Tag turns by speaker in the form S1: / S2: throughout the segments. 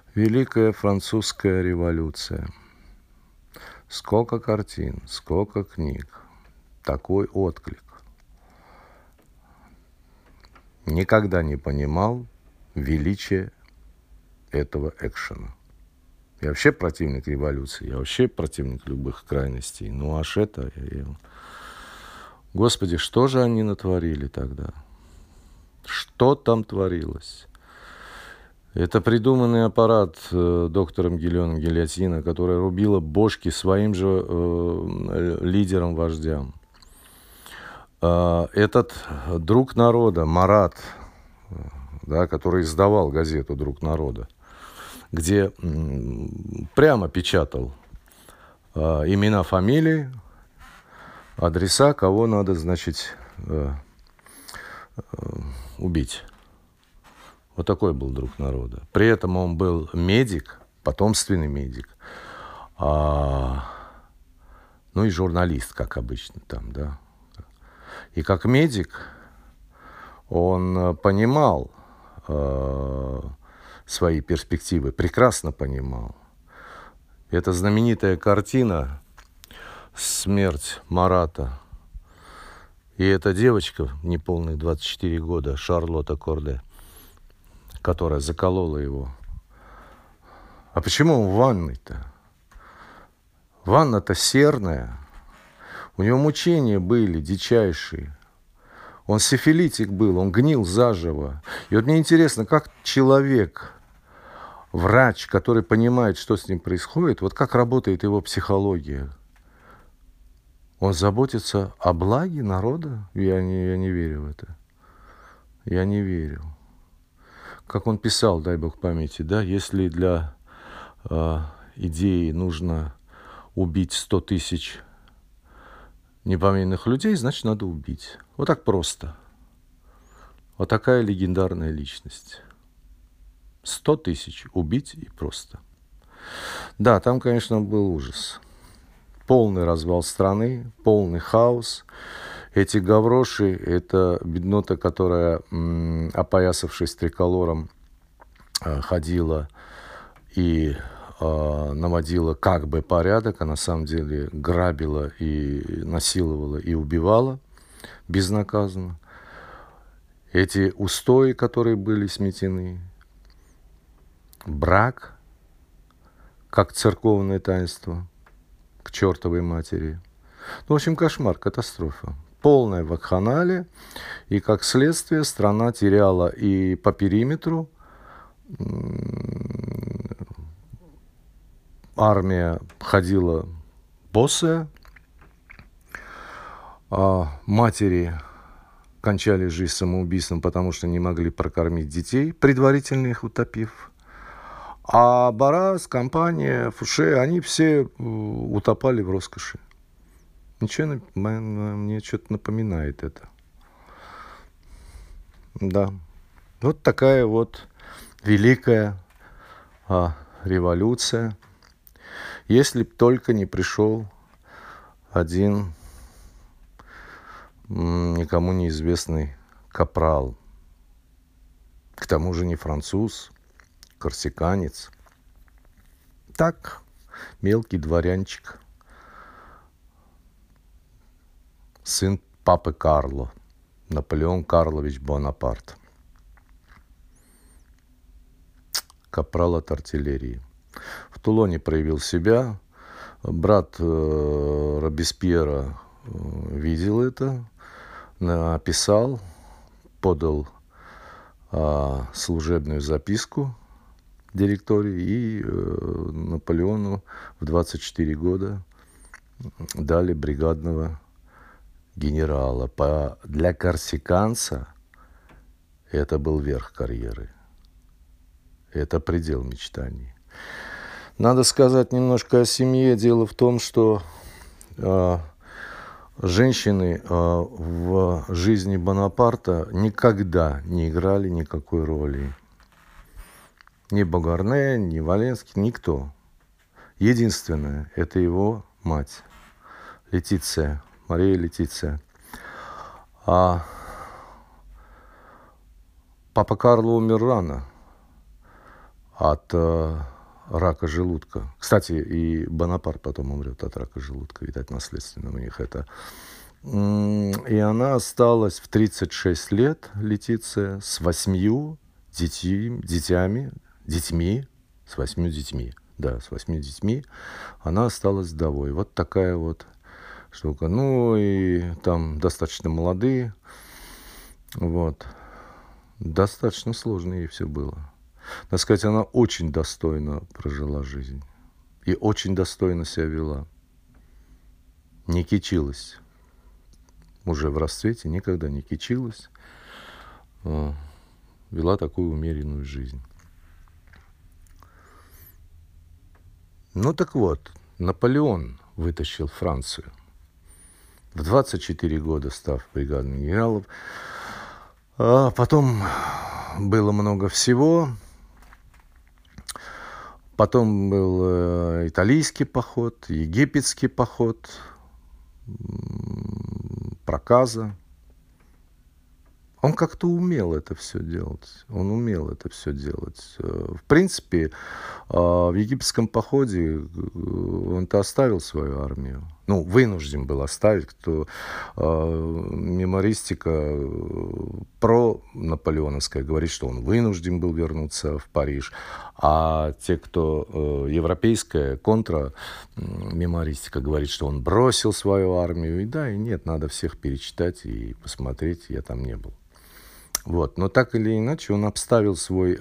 S1: Великая французская революция. Сколько картин, сколько книг, такой отклик. Никогда не понимал величия этого экшена. Я вообще противник революции, я вообще противник любых крайностей. Ну аж это... Господи, что же они натворили тогда? Что там творилось? Это придуманный аппарат доктором Гильоном Гильотина, который рубила бошки своим же лидерам-вождям. Этот друг народа, Марат, да, который издавал газету «Друг народа», где прямо печатал имена, фамилии, адреса, кого надо, значит, убить. Вот такой был друг народа. При этом он был медик, потомственный медик, ну и журналист, как обычно там, да. И как медик он понимал свои перспективы, прекрасно понимал. Это знаменитая картина «Смерть Марата». И эта девочка, неполных 24 года, Шарлотта Корде, которая заколола его. А почему он в ванной-то? Ванна-то серная. У него мучения были дичайшие. Он сифилитик был, он гнил заживо. И вот мне интересно, как человек, врач, который понимает, что с ним происходит, вот как работает его психология. Он заботится о благе народа? Я не верю в это. Я не верю. Как он писал, дай бог памяти, да, если для идеи нужно убить 100 тысяч неповинных людей, значит, надо убить. Вот так просто. Вот такая легендарная личность. 100 тысяч убить и просто. Да, там, конечно, был ужас. Полный развал страны, полный хаос. Эти гавроши, это беднота, которая, опоясавшись триколором, ходила и наводила как бы порядок, а на самом деле грабила и насиловала и убивала безнаказанно. Эти устои, которые были сметены, брак, как церковное таинство, к чертовой матери. Ну, в общем, кошмар, катастрофа. Полная вакханалия, и как следствие страна теряла и по периметру, армия ходила босая, матери кончали жизнь самоубийством, потому что не могли прокормить детей, предварительно их утопив. А Барас, компания, Фуше, они все утопали в роскоши. Ничего, мне что-то напоминает это. Да. Вот такая вот великая революция. Если б только не пришел один никому неизвестный капрал. К тому же не француз, корсиканец. Так, мелкий дворянчик. Сын папы Карло, Наполеон Карлович Бонапарт. Капрал от артиллерии. В Тулоне проявил себя. Брат Робеспьера видел это, написал, подал служебную записку директории, и Наполеону в 24 года дали бригадного генерала. Для корсиканца это был верх карьеры. Это предел мечтаний. Надо сказать немножко о семье. Дело в том, что женщины в жизни Бонапарта никогда не играли никакой роли. Ни Богарне, ни Валенский, никто. Единственное, это его мать, Летиция, Мария Летиция. А папа Карло умер рано. от рака желудка. Кстати, и Бонапарт потом умрет от рака желудка, видать, наследственно у них это. И она осталась в 36 лет, Летиция, с 8 детьми, с 8 детьми, да, с 8 детьми, она осталась вдовой. Вот такая вот штука. Ну, и там достаточно молодые, вот. Достаточно сложно ей все было. Надо сказать, она очень достойно прожила жизнь. И очень достойно себя вела. Не кичилась. Уже в расцвете никогда не кичилась. Вела такую умеренную жизнь. Ну так вот, Наполеон вытащил Францию. В 24 года став бригадным генералом. А потом было много всего. Потом был итальянский поход, египетский поход, проказа. Он как-то умел это все делать. Он умел это все делать. В принципе, в египетском походе он-то оставил свою армию. Ну, вынужден был оставить, кто мемористика про-наполеоновская говорит, что он вынужден был вернуться в Париж. А те, кто европейская контра-мемористика говорит, что он бросил свою армию. И да, и нет, надо всех перечитать и посмотреть, я там не был. Вот. Но так или иначе он обставил свой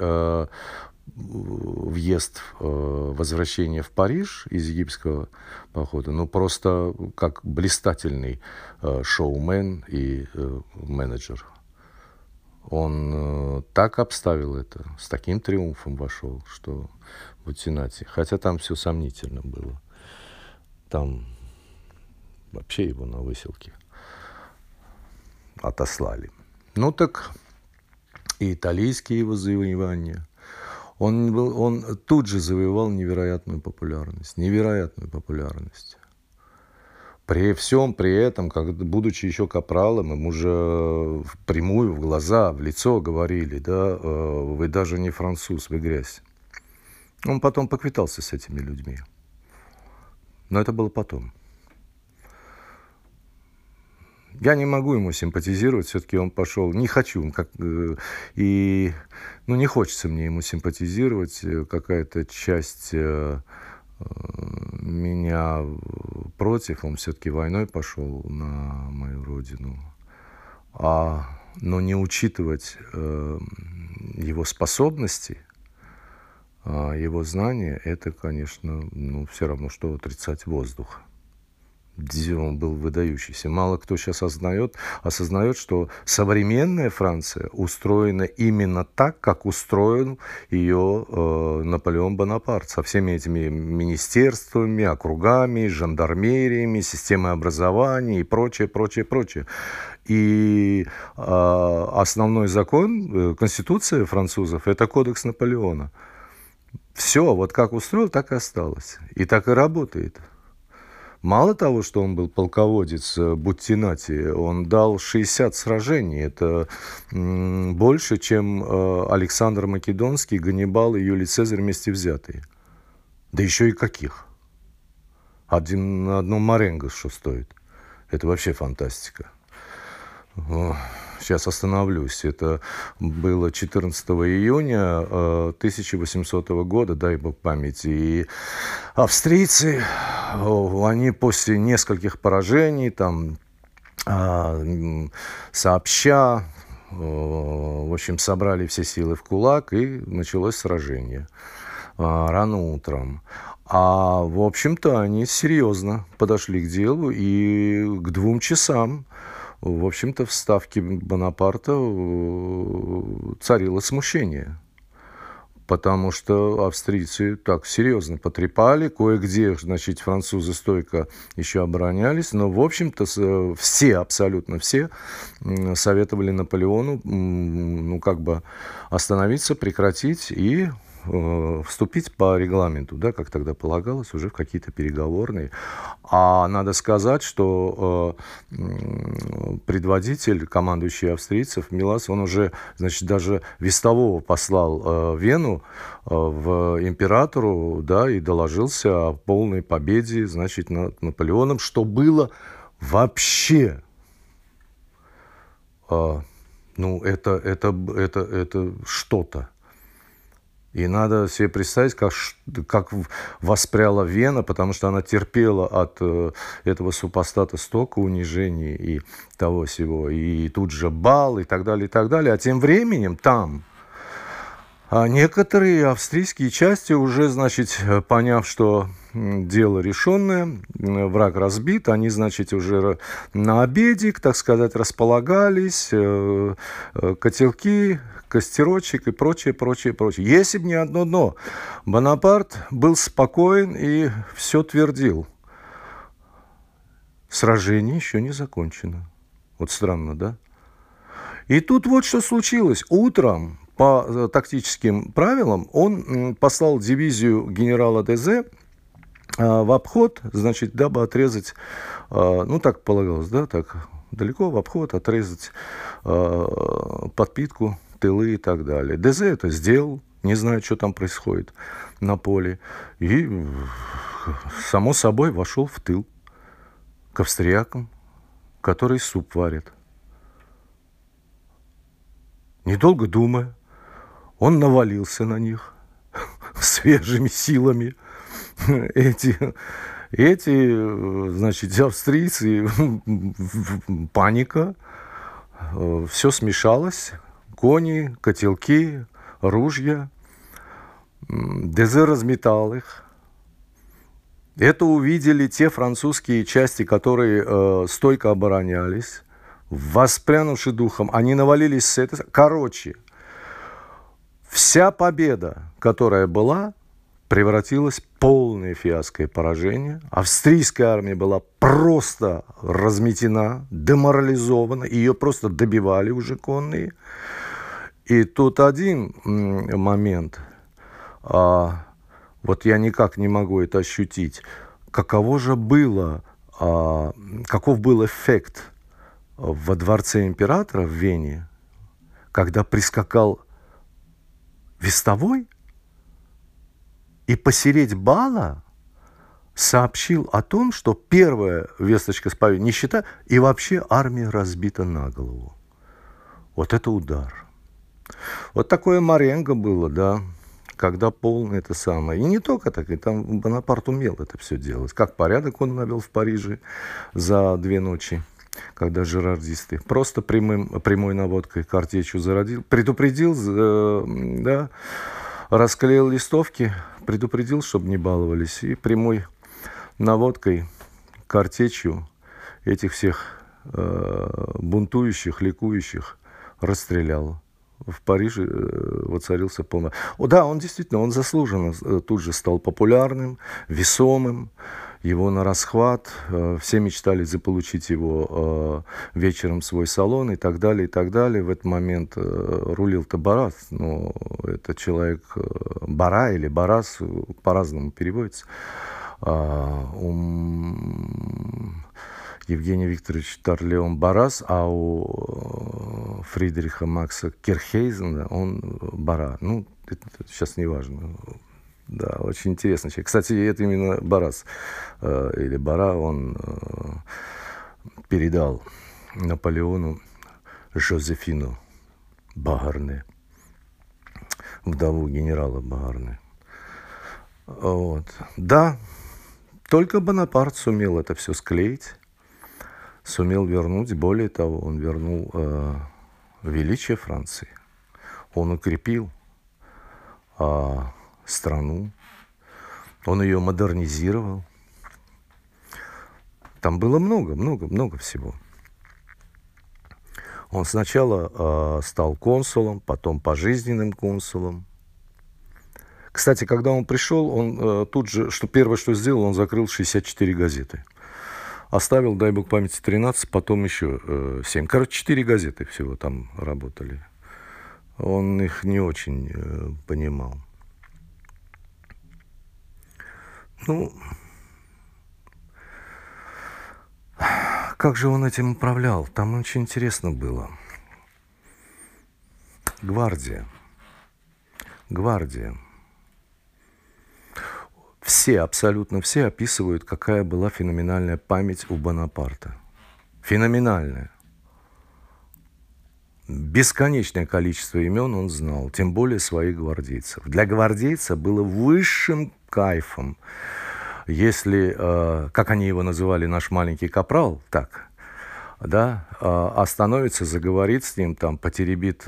S1: въезд, возвращение в Париж из египетского похода, ну просто как блистательный шоумен и менеджер. Он так обставил это, с таким триумфом вошел, что будьте нати. Хотя там все сомнительно было. Там вообще его на выселке отослали. Ну так и итальянские его завоевания. Он тут же завоевал невероятную популярность. Невероятную популярность. При всем при этом, будучи еще капралом, ему уже впрямую, в глаза, в лицо говорили, да, вы даже не француз, вы грязь. Он потом поквитался с этими людьми. Но это было потом. Я не могу ему симпатизировать, все-таки он пошел, не хочу, не хочется мне ему симпатизировать, какая-то часть меня против, он все-таки войной пошел на мою родину, но не учитывать его способности, его знания, это, конечно, все равно, что отрицать воздух. Он был выдающийся. Мало кто сейчас осознает, что современная Франция устроена именно так, как устроен ее Наполеон Бонапарт, со всеми этими министерствами, округами, жандармериями, системой образования и прочее, прочее, прочее. И основной закон, конституция французов, это кодекс Наполеона. Все, вот как устроил, так и осталось. И так и работает. Мало того, что он был полководец Буттинати, он дал 60 сражений. Это больше, чем Александр Македонский, Ганнибал и Юлий Цезарь вместе взятые. Да еще и каких. Одно Маренго что стоит. Это вообще фантастика. Сейчас остановлюсь. Это было 14 июня 1800 года, дай бог памяти. И австрийцы, они после нескольких поражений, там, сообща, в общем, собрали все силы в кулак, и началось сражение рано утром. В общем-то, они серьезно подошли к делу, и к 2 часам в общем-то, в ставке Бонапарта царило смущение, потому что австрийцы так серьезно потрепали, кое-где, значит, французы стойко еще оборонялись, но, в общем-то, все, абсолютно все советовали Наполеону, остановиться, прекратить и вступить по регламенту, да, как тогда полагалось, уже в какие-то переговорные. А надо сказать, что предводитель, командующий австрийцев, Милас, он уже, значит, даже вестового послал в Вену в императору, да, и доложился о полной победе, значит, над Наполеоном, что было вообще... Ну, это что-то. И надо себе представить, как воспряла Вена, потому что она терпела от этого супостата столько унижений и того всего. И тут же бал, и так далее, и так далее. А тем временем там некоторые австрийские части уже, значит, поняв, что дело решенное, враг разбит, они, значит, уже на обедик, так сказать, располагались, котелки, костерочек и прочее, прочее, прочее. Если бы не одно но, Бонапарт был спокоен и все твердил. Сражение еще не закончено. Вот странно, да? И тут вот что случилось. Утром по тактическим правилам он послал дивизию генерала Дезе в обход, значит, дабы отрезать, ну, так полагалось, да, так далеко в обход, отрезать подпитку, тылы и так далее. Дезе это сделал, не знаю, что там происходит на поле, и, само собой, вошел в тыл к австриякам, которые суп варят. Недолго думая, он навалился на них свежими силами. Эти, значит, австрийцы, паника, все смешалось, кони, котелки, ружья. Дезе разметал их. Это увидели те французские части, которые стойко оборонялись, воспрянувши духом, они навалились с этой... Короче, вся победа, которая была, превратилась в полное фиаско и поражение. Австрийская армия была просто разметена, деморализована, ее просто добивали уже конные. И тут один момент, вот я никак не могу это ощутить, каков был эффект во дворце императора в Вене, когда прискакал вестовой и посередь бала сообщил о том, что первая весточка с победой, нищета, и вообще армия разбита на голову. Вот это удар. Вот такое маренго было, да, когда полное это самое. И не только так, и там Бонапарт умел это все делать. Как порядок он навел в Париже за 2 ночи, когда жерардисты просто прямой наводкой картечью зародил, предупредил, да, расклеил листовки, предупредил, чтобы не баловались, и прямой наводкой, картечью этих всех бунтующих, ликующих расстрелял. В Париже воцарился полный... Да, он действительно, он заслуженно тут же стал популярным, весомым, его на расхват, все мечтали заполучить его вечером в свой салон и так далее, и так далее. В этот момент рулил-то Барас, но это человек Бара или Барас, по-разному переводится. Евгений Викторович Тарлеон Барас, а у Фридриха Макса Кирхейзена он Бара. Ну, это сейчас не важно. Да, очень интересный человек. Кстати, это именно Барас или Бара, он передал Наполеону Жозефину Багарне, вдову генерала Багарне. Вот. Да, только Бонапарт сумел это все склеить, сумел вернуть, более того, он вернул величие Франции. Он укрепил страну, он ее модернизировал. Там было много всего. Он сначала стал консулом, потом пожизненным консулом. Кстати, когда он пришел, он тут же, первое, что сделал, он закрыл 64 газеты. Оставил, дай бог памяти, 13, потом еще 7. Короче, 4 газеты всего там работали. Он их не очень понимал. Ну, как же он этим управлял? Там очень интересно было. Гвардия. Гвардия. Все, абсолютно все описывают, какая была феноменальная память у Бонапарта. Феноменальная. Бесконечное количество имен он знал, тем более своих гвардейцев. Для гвардейца было высшим кайфом, если, как они его называли, наш маленький капрал, так, да, остановится, заговорит с ним, там, потеребит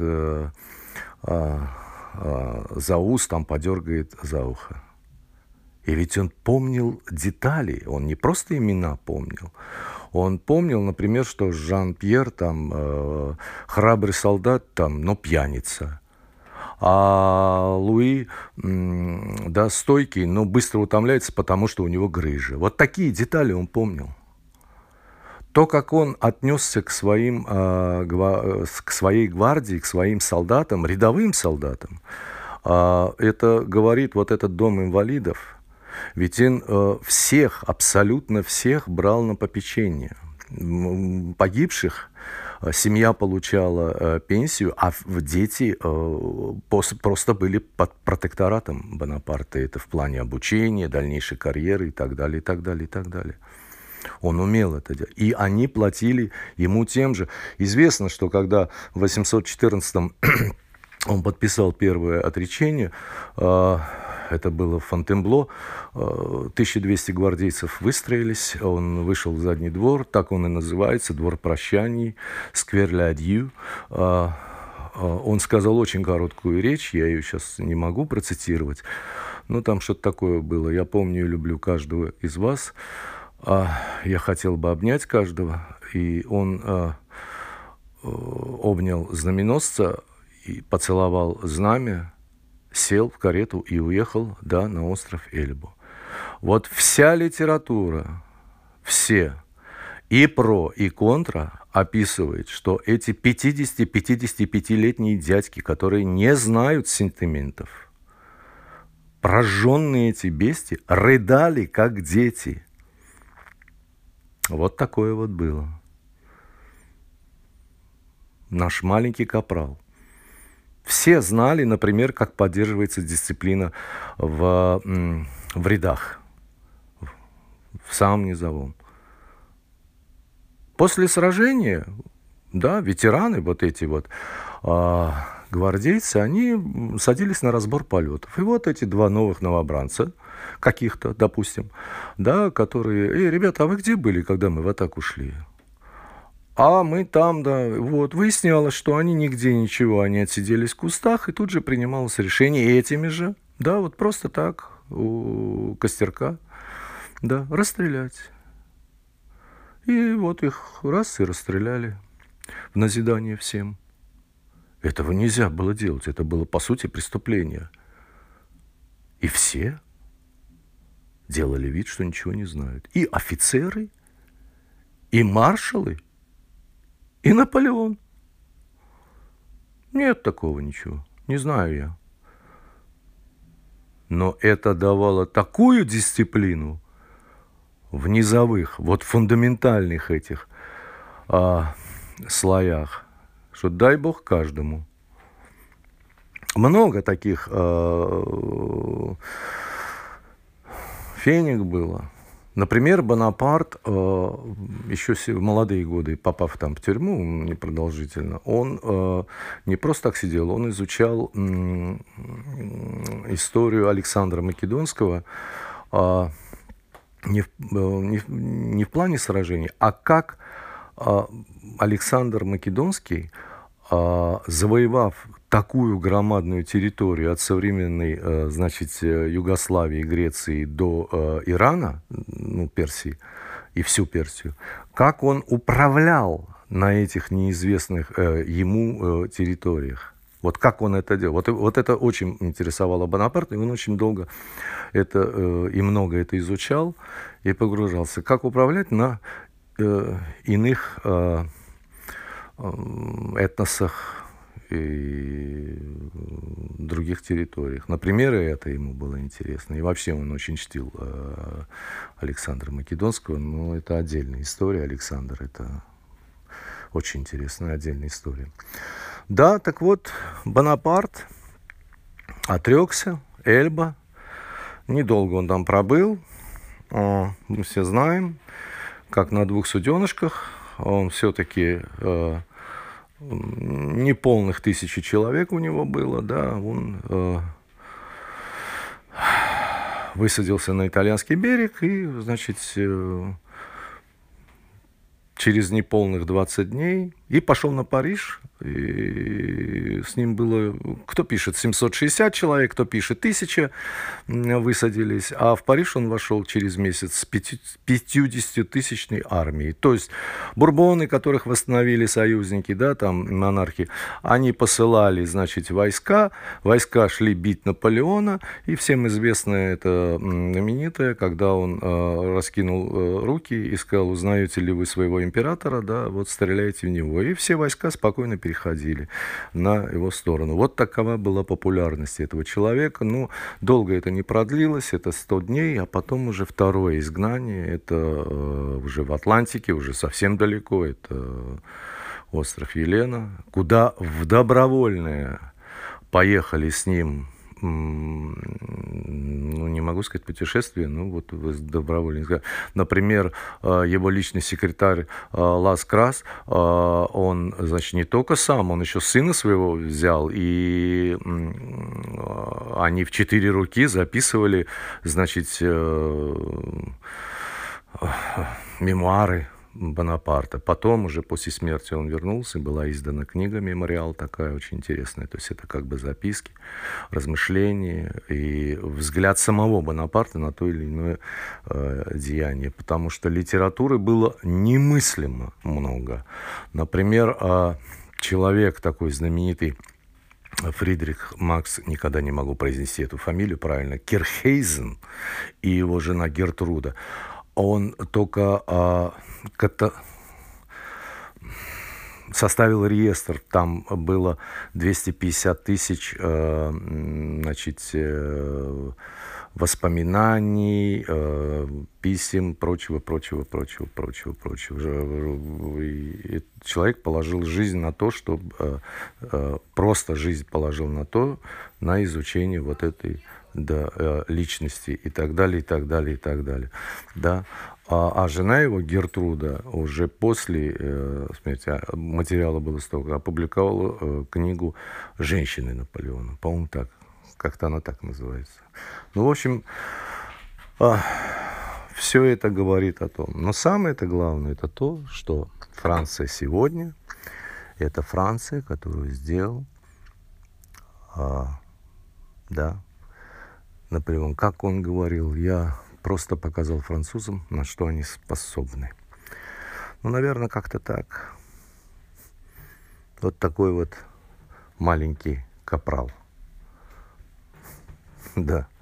S1: за ус, там, подергает за ухо. И ведь он помнил детали, он не просто имена помнил. Он помнил, например, что Жан-Пьер, там, храбрый солдат, там, но пьяница. А Луи, да, стойкий, но быстро утомляется, потому что у него грыжа. Вот такие детали он помнил. То, как он отнесся к своей гвардии, к своим солдатам, рядовым солдатам, это говорит вот этот дом инвалидов. Ведь он всех, абсолютно всех брал на попечение. Погибших семья получала пенсию, а дети просто были под протекторатом Бонапарта. Это в плане обучения, дальнейшей карьеры и так далее, и так далее, и так далее. Он умел это делать. И они платили ему тем же. Известно, что когда в 814-м он подписал первое отречение, это было в Фонтенбло, 1200 гвардейцев выстроились, он вышел в задний двор, так он и называется, двор прощаний, сквер ля Дью. Он сказал очень короткую речь, я ее сейчас не могу процитировать, но там что-то такое было. Я помню и люблю каждого из вас. Я хотел бы обнять каждого, и он обнял знаменосца и поцеловал знамя, сел в карету и уехал, да, на остров Эльбу. Вот вся литература, все, и про, и контра описывает, что эти 50-55-летние дядьки, которые не знают сентиментов, прожженные эти бестии, рыдали, как дети. Вот такое вот было. Наш маленький капрал. Все знали, например, как поддерживается дисциплина в рядах, в самом низовом. После сражения, да, ветераны, вот эти вот гвардейцы, они садились на разбор полетов. И вот эти два новых новобранца, каких-то, допустим, да, которые: ребята, а вы где были, когда мы в атаку шли? А мы там, да, вот, выяснялось, что они нигде ничего, они отсиделись в кустах, и тут же принималось решение этими же, да, вот просто так, у костерка, да, расстрелять. И вот их раз и расстреляли в назидание всем. Этого нельзя было делать, это было, по сути, преступление. И все делали вид, что ничего не знают. И офицеры, и маршалы, и Наполеон. Нет такого ничего. Не знаю я. Но это давало такую дисциплину в низовых, вот фундаментальных этих слоях, что дай бог каждому. Много таких фенек было. Например, Бонапарт, еще в молодые годы, попав там в тюрьму непродолжительно, он не просто так сидел, он изучал историю Александра Македонского не в плане сражений, а как Александр Македонский, завоевав такую громадную территорию от современной, значит, Югославии, Греции до Ирана, ну, Персии, и всю Персию, как он управлял на этих неизвестных ему территориях. Вот как он это делал. Вот это очень интересовало Бонапарта, и он очень долго это, и много это изучал и погружался. Как управлять на иных этносах, и других территориях. Например, и это ему было интересно. И вообще он очень чтил Александра Македонского, но это отдельная история. Александр — это очень интересная отдельная история. Да, так вот, Бонапарт отрекся, Эльба. Недолго он там пробыл. Мы все знаем, как на двух суденышках. Он все-таки неполных 1000 человек у него было, да, он высадился на итальянский берег и, значит, через неполных 20 дней и пошел на Париж. И с ним было, кто пишет, 760 человек, кто пишет 1000 высадились. А в Париж он вошел через месяц с 50-тысячной армией. То есть бурбоны, которых восстановили союзники, да, там монархи, они посылали, значит, войска шли бить Наполеона. И всем известно это знаменитое, когда он раскинул руки и сказал: узнаете ли вы своего императора, да, вот стреляйте в него. И все войска спокойно переходили на его сторону. Вот такова была популярность этого человека. Ну, долго это не продлилось, это 100 дней, а потом уже второе изгнание, это уже в Атлантике, уже совсем далеко, это остров Елена, куда в добровольное поехали с ним, ну, не могу сказать путешествие, ну, вот добровольно. Например, его личный секретарь Лас Крас, он, значит, не только сам, он еще сына своего взял, и они в 4 руки записывали, значит, мемуары Бонапарта. Потом, уже после смерти, он вернулся, была издана книга «Мемориал», такая очень интересная. То есть это как бы записки, размышления и взгляд самого Бонапарта на то или иное деяние. Потому что литературы было немыслимо много. Например, человек такой знаменитый, Фридрих Макс, никогда не могу произнести эту фамилию правильно, Кирхейзен, и его жена Гертруда. Он только составил реестр, там было 250 тысяч, значит, воспоминаний, писем, прочего. И человек положил жизнь на то, чтобы просто жизнь положил на то, на изучение вот этой, да, личности и так далее. Да. А жена его, Гертруда, уже после смерти, материала было столько, опубликовала книгу «Женщины Наполеона». По-моему, так. Как-то она так называется. Ну, в общем, все это говорит о том. Но самое-то главное, это то, что Франция сегодня, это Франция, которую сделал, да, Наполеон. Как он говорил, я просто показал французам, на что они способны. Ну, наверное, как-то так. Вот такой вот маленький капрал. Да.